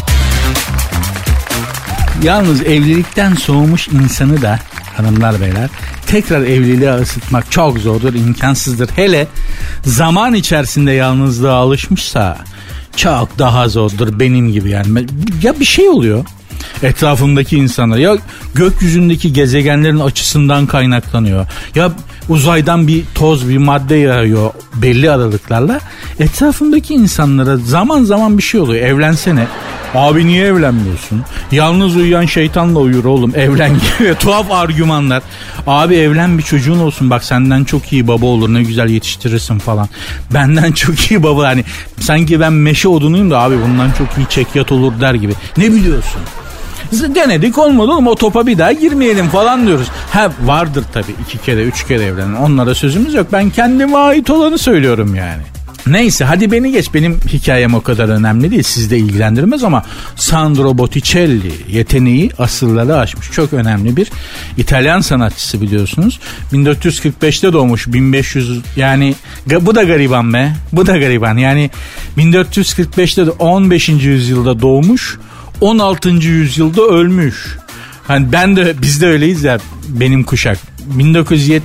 Yalnız evlilikten soğumuş insanı da hanımlar beyler tekrar evliliğe ısıtmak çok zordur, imkansızdır. Hele zaman içerisinde yalnızlığa alışmışsa çok daha zordur, benim gibi yani. Ya bir şey oluyor etrafımdaki insanlar, ya gökyüzündeki gezegenlerin açısından kaynaklanıyor, ya uzaydan bir toz, bir madde yağıyor belli aralıklarla, etrafımdaki insanlara zaman zaman bir şey oluyor. Evlensene. Abi niye evlenmiyorsun? Yalnız uyuyan şeytanla uyur oğlum, evlen gibi tuhaf argümanlar. Abi evlen, bir çocuğun olsun, bak senden çok iyi baba olur, ne güzel yetiştirirsin falan. Benden çok iyi baba, hani sanki ben meşe odunuyum da abi bundan çok iyi çekyat olur der gibi. Ne biliyorsun? Denedik, olmadı oğlum, o topa bir daha girmeyelim falan diyoruz. Ha vardır tabii iki kere üç kere evlenen, onlara sözümüz yok. Ben kendime ait olanı söylüyorum yani. Neyse hadi beni geç, benim hikayem o kadar önemli değil, sizi de ilgilendirmez ama Sandro Botticelli yeteneği asırları aşmış çok önemli bir İtalyan sanatçısı, biliyorsunuz. bin dört yüz kırk beşte doğmuş, bin beş yüz yani bu da gariban be, bu da gariban yani bin dört yüz kırk beşte de on beşinci yüzyılda doğmuş, on altıncı yüzyılda ölmüş. Hani ben de, biz de öyleyiz ya, benim kuşak bin dokuz yüz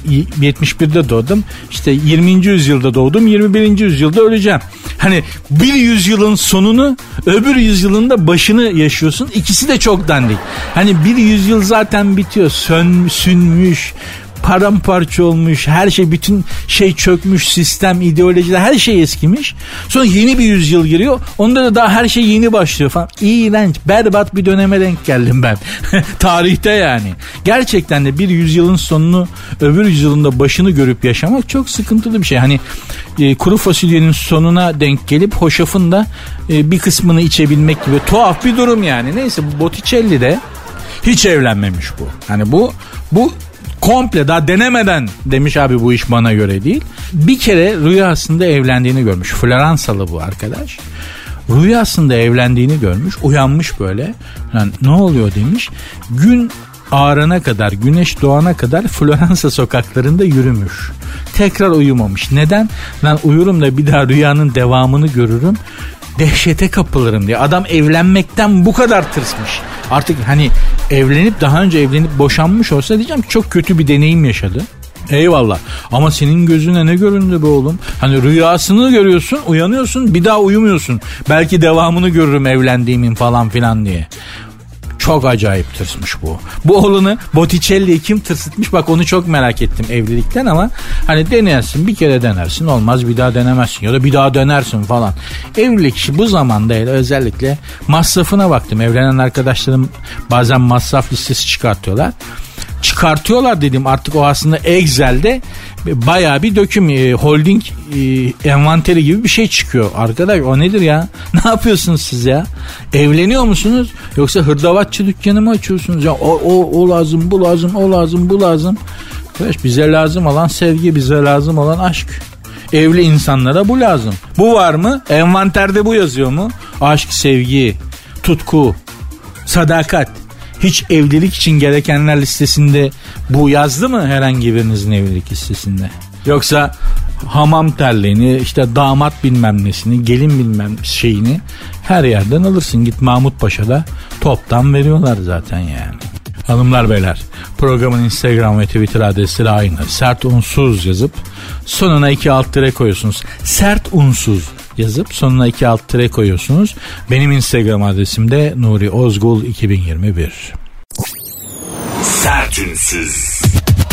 yetmiş birde doğdum. İşte yirminci yüzyılda doğdum. yirmi birinci yüzyılda öleceğim. Hani bir yüzyılın sonunu, öbür yüzyılın da başını yaşıyorsun. İkisi de çok dandik. Hani bir yüzyıl zaten bitiyor. Sön, sünmüş, paramparça olmuş, her şey, bütün şey çökmüş, sistem, ideolojiler, her şey eskimiş. Sonra yeni bir yüzyıl giriyor, onda da daha her şey yeni başlıyor falan. İğrenç, berbat bir döneme denk geldim ben. Tarihte yani. Gerçekten de bir yüzyılın sonunu, öbür yüzyılın da başını görüp yaşamak çok sıkıntılı bir şey. Hani e, kuru fasulyenin sonuna denk gelip hoşafın da e, bir kısmını içebilmek gibi tuhaf bir durum yani. Neyse, bu Botticelli de hiç evlenmemiş bu. Hani bu bu komple daha denemeden demiş abi bu iş bana göre değil. Bir kere rüyasında evlendiğini görmüş. Floransalı bu arkadaş. Rüyasında evlendiğini görmüş. Uyanmış böyle. Yani ne oluyor demiş. Gün ağarana kadar, güneş doğana kadar Floransa sokaklarında yürümüş. Tekrar uyumamış. Neden? Lan uyurum da bir daha rüyanın devamını görürüm, dehşete kapılırım diye. Adam evlenmekten bu kadar tırsmış. Artık hani evlenip, daha önce evlenip boşanmış olsa diyeceğim ki çok kötü bir deneyim yaşadı. Eyvallah. Ama senin gözüne ne göründü be oğlum? Hani rüyasını görüyorsun, uyanıyorsun, bir daha uyumuyorsun. Belki devamını görürüm evlendiğimin falan filan diye. Çok acayip tırsmış bu. Bu oğlunu Botticelli'yi kim tırsıtmış, bak onu çok merak ettim evlilikten. Ama hani denersin, bir kere denersin, olmaz bir daha denemezsin ya da bir daha denersin falan. Evlilik işi bu zamanda özellikle masrafına baktım. Evlenen arkadaşlarım bazen masraf listesi çıkartıyorlar. Çıkartıyorlar dedim, artık o aslında Excel'de bayağı bir döküm, e, holding e, envanteri gibi bir şey çıkıyor. Arkadaş o nedir ya? Ne yapıyorsunuz siz ya? Evleniyor musunuz? Yoksa hırdavatçı dükkanı mı açıyorsunuz? Ya o, o, o lazım, bu lazım, o lazım, bu lazım. Arkadaş bize lazım olan sevgi, bize lazım olan aşk. Evli insanlara bu lazım. Bu var mı? Envanterde bu yazıyor mu? Aşk, sevgi, tutku, sadakat. Hiç evlilik için gerekenler listesinde bu yazdı mı herhangi birinizin evlilik listesinde? Yoksa hamam terliğini, işte damat bilmem nesini, gelin bilmem şeyini her yerden alırsın. Git Mahmut Paşa'da toptan veriyorlar zaten yani. Hanımlar beyler, programın Instagram ve Twitter adresleri aynı. Sert unsuz yazıp sonuna iki alt tire koyuyorsunuz. Sert unsuz yazıp sonuna iki alt tire koyuyorsunuz. Benim Instagram adresim de Nuri Ozgul iki bin yirmi bir. Sert unsuz.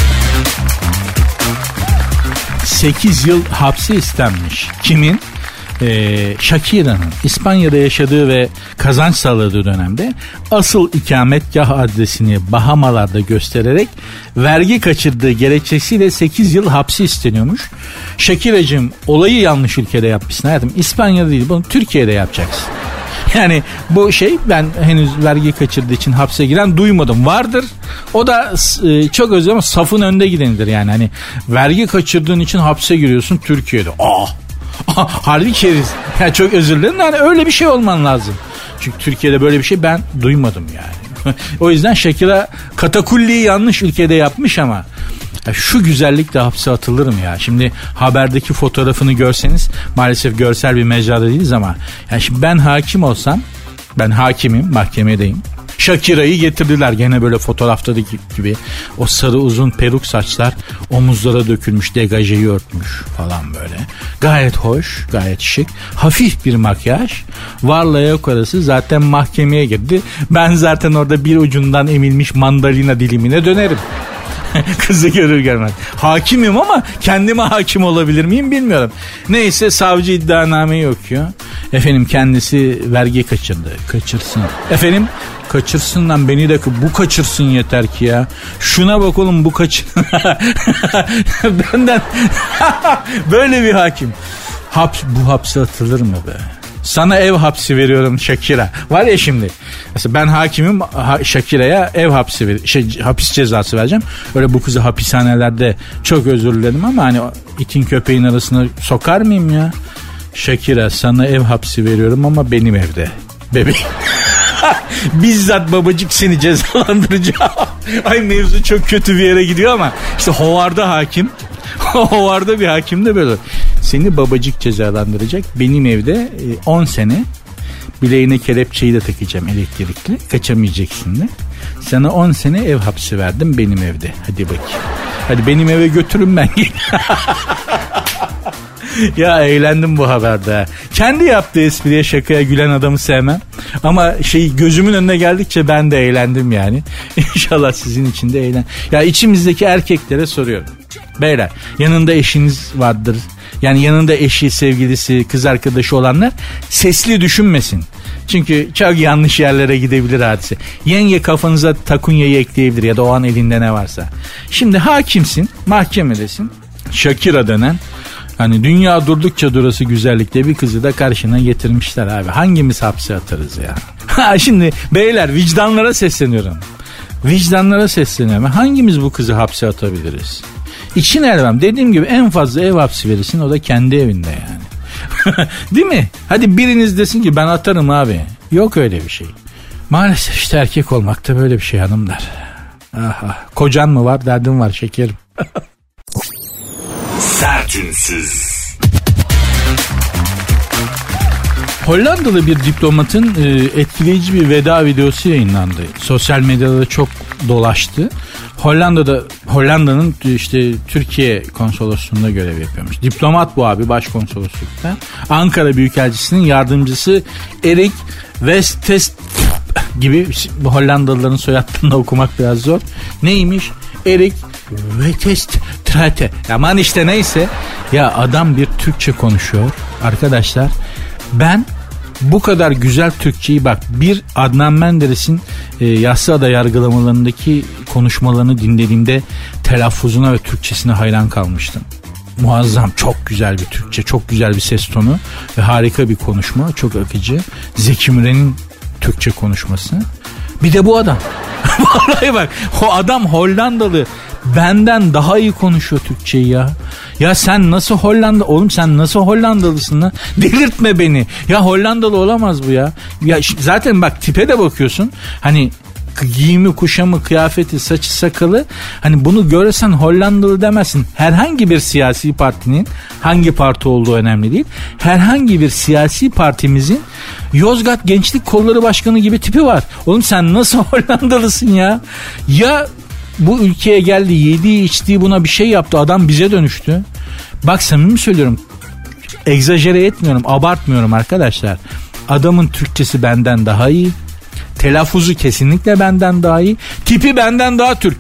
sekiz yıl hapsi istenmiş. Kimin? Ee, Shakira'nın İspanya'da yaşadığı ve kazanç sağladığı dönemde asıl ikametgah adresini Bahamalarda göstererek vergi kaçırdığı gerekçesiyle sekiz yıl hapsi isteniyormuş. Shakira'cığım, olayı yanlış ülkede yapmışsın hayatım. İspanya'da değil, bunu Türkiye'de yapacaksın. Yani bu şey, ben henüz vergi kaçırdığı için hapse giren duymadım. Vardır. O da e, çok özür ama safın önde gidenidir yani. Hani vergi kaçırdığın için hapse giriyorsun Türkiye'de. Aa! Harbi keriz. Yani çok özür dilerim. Yani öyle bir şey olman lazım. Çünkü Türkiye'de böyle bir şey ben duymadım yani. O yüzden Shakira katakulliyi yanlış ülkede yapmış ama ya şu güzellikle hapse atılırım ya. Şimdi haberdeki fotoğrafını görseniz, maalesef görsel bir mecrada değiliz ama yani şimdi ben hakim olsam, ben hakimim, mahkemedeyim. Shakira'yı getirdiler gene böyle fotoğraftaki gibi. O sarı uzun peruk saçlar omuzlara dökülmüş, degajeyi örtmüş falan böyle. Gayet hoş, gayet şık. Hafif bir makyaj. Varla yok arası zaten mahkemeye girdi. Ben zaten orada bir ucundan emilmiş mandalina dilimine dönerim. Kızı görür görmez. Hakimim ama kendime hakim olabilir miyim bilmiyorum. Neyse, savcı iddianameyi okuyor. Efendim, kendisi vergi kaçırdı. Kaçırsın. Efendim, kaçırsın lan, beni de bu kaçırsın yeter ki ya. Şuna bak oğlum, bu kaçır. Benden böyle bir hakim. Haps, bu hapse atılır mı be? Sana ev hapsi veriyorum Shakira. Var ya şimdi. Mesela ben hakimim, ha, Shakira'ya ev hapsi ver, şey, hapis cezası vereceğim. Öyle bu kızı hapishanelerde çok özür dilerim ama hani itin köpeğin arasına sokar mıyım ya? Shakira, sana ev hapsi veriyorum ama benim evde. Bebeğim. Bizzat babacık seni cezalandıracağım. Ay, mevzu çok kötü bir yere gidiyor ama işte Howard'a hakim. Howard'a bir hakim de böyle. Seni babacık cezalandıracak. Benim evde on sene bileğine kelepçeyi de takacağım elektrikli. Kaçamayacaksın de. Sana on sene ev hapsi verdim benim evde. Hadi bakayım. Hadi benim eve götürün ben. Ya eğlendim bu haberde. Kendi yaptığı espriye, şakaya gülen adamı sevmem. Ama şey, gözümün önüne geldikçe ben de eğlendim yani. İnşallah sizin için de eğlen. Ya içimizdeki erkeklere soruyorum. Beyler, yanında eşiniz vardır. Yani yanında eşi, sevgilisi, kız arkadaşı olanlar sesli düşünmesin. Çünkü çok yanlış yerlere gidebilir hadise. Yenge kafanıza takunyayı ekleyebilir ya da o an elinde ne varsa. Şimdi hakimsin, mahkemedesin. Shakira denen, hani dünya durdukça durası güzellikte bir kızı da karşına getirmişler abi. Hangimiz hapse atarız ya? Ha, şimdi beyler, vicdanlara sesleniyorum. Vicdanlara sesleniyorum. Hangimiz bu kızı hapse atabiliriz? İçin elbem, dediğim gibi en fazla ev hapsi verirsin, o da kendi evinde yani. Değil mi? Hadi biriniz desin ki ben atarım abi. Yok öyle bir şey. Maalesef işte erkek olmakta böyle bir şey hanımlar. Aha. Kocan mı var, derdin var şekerim. Sertünsüz. Hollandalı bir diplomatın e, etkileyici bir veda videosu yayınlandı. Sosyal medyada da çok dolaştı. Hollanda'da Hollanda'nın işte Türkiye konsolosluğunda görev yapıyormuş. Diplomat bu abi, başkonsoloslukta. Ankara Büyükelçisi'nin yardımcısı Erik Westest gibi, bu Hollandalıların soyadlarını okumak biraz zor. Neymiş? Erik Westest Trate. Aman işte neyse. Ya adam bir Türkçe konuşuyor arkadaşlar. Ben bu kadar güzel Türkçeyi, bak, bir Adnan Menderes'in e, Yassıada yargılamalarındaki konuşmalarını dinlediğimde telaffuzuna ve Türkçesine hayran kalmıştım. Muazzam, çok güzel bir Türkçe, çok güzel bir ses tonu ve harika bir konuşma, çok akıcı. Zeki Müren'in Türkçe konuşması. Bir de bu adam. Vallahi bak, o adam Hollandalı, benden daha iyi konuşuyor Türkçeyi ya. Ya sen nasıl Hollanda, oğlum sen nasıl Hollandalısın lan? Delirtme beni. Ya Hollandalı olamaz bu ya. Ya zaten bak, tipe de bakıyorsun. Hani giyimi, kuşamı, kıyafeti, saçı, sakalı, hani bunu görürsen Hollandalı demezsin. Herhangi bir siyasi partinin, hangi parti olduğu önemli değil, herhangi bir siyasi partimizin Yozgat Gençlik Kolları Başkanı gibi tipi var. Oğlum sen nasıl Hollandalısın ya? Ya bu ülkeye geldi, yediği içtiği buna bir şey yaptı, adam bize dönüştü. Bak samimi söylüyorum, egzajere etmiyorum, abartmıyorum arkadaşlar. Adamın Türkçesi benden daha iyi, telaffuzu kesinlikle benden daha iyi, tipi benden daha Türk.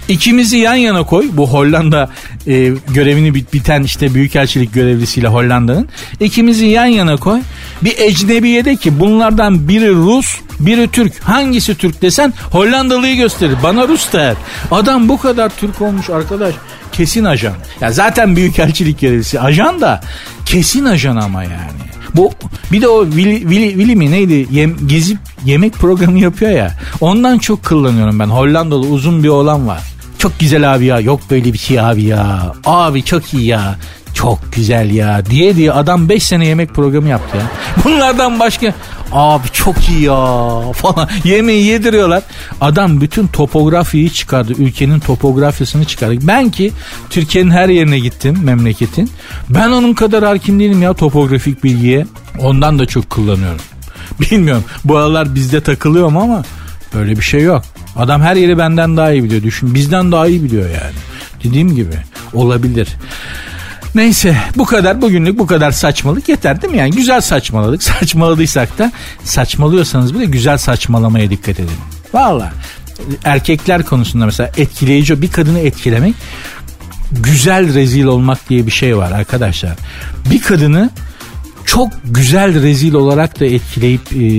İkimizi yan yana koy. Bu Hollanda e, görevini bit, biten işte büyükelçilik görevlisiyle Hollanda'nın. İkimizi yan yana koy. Bir ecnebiye de ki bunlardan biri Rus, biri Türk. Hangisi Türk desen Hollandalıyı gösterir. Bana Rus der. Adam bu kadar Türk olmuş arkadaş. Kesin ajan. Ya zaten büyükelçilik görevlisi ajan da kesin ajan ama yani. Bu bir de o Willy, Willy, Willy mi neydi Yem, gezip yemek programı yapıyor ya, ondan çok kullanıyorum ben. Hollandalı uzun bir oğlan var, çok güzel abi ya, yok böyle bir şey abi ya, abi çok iyi ya, çok güzel ya diye diye adam beş sene yemek programı yaptı ya. Bunlardan başka abi çok iyi ya falan yemeği yediriyorlar. Adam bütün topografiyi çıkardı, ülkenin topografyasını çıkardı. Ben ki Türkiye'nin her yerine gittim, memleketin. Ben onun kadar hakim değilim ya topografik bilgiye. Ondan da çok kullanıyorum. Bilmiyorum bu aralar bizde takılıyorum ama böyle bir şey yok. Adam her yeri benden daha iyi biliyor. Düşün, bizden daha iyi biliyor yani. Dediğim gibi olabilir. Neyse bu kadar bugünlük, bu kadar saçmalık yeter değil mi? Yani güzel saçmaladık. Saçmaladıysak da saçmalıyorsanız bile güzel saçmalamaya dikkat edin. Vallahi erkekler konusunda mesela etkileyici, bir kadını etkilemek, güzel rezil olmak diye bir şey var arkadaşlar. Bir kadını çok güzel rezil olarak da etkileyip e,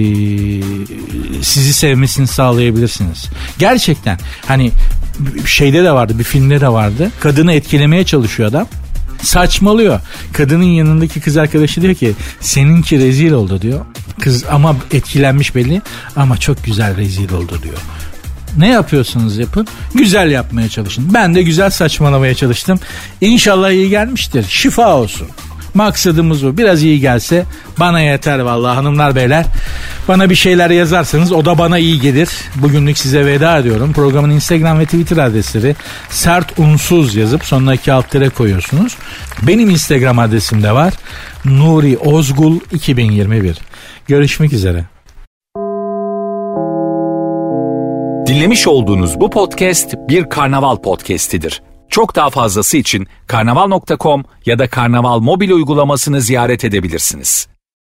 sizi sevmesini sağlayabilirsiniz. Gerçekten hani şeyde de vardı, bir filmde de vardı. Kadını etkilemeye çalışıyor adam. Saçmalıyor. Kadının yanındaki kız arkadaşı diyor ki seninki rezil oldu diyor. Kız ama etkilenmiş belli ama çok güzel rezil oldu diyor. Ne yapıyorsunuz yapın. Güzel yapmaya çalışın. Ben de güzel saçmalamaya çalıştım. İnşallah iyi gelmiştir. Şifa olsun. Maksadımız bu. Biraz iyi gelse bana yeter vallahi hanımlar beyler. Bana bir şeyler yazarsanız o da bana iyi gelir. Bugünlük size veda ediyorum. Programın Instagram ve Twitter adresleri sert unsuz yazıp sonuna iki alt tere koyuyorsunuz. Benim Instagram adresim de var. Nuri Ozgul iki bin yirmi bir. Görüşmek üzere. Dinlemiş olduğunuz bu podcast bir karnaval podcastidir. Çok daha fazlası için karnaval nokta com ya da karnaval mobil uygulamasını ziyaret edebilirsiniz.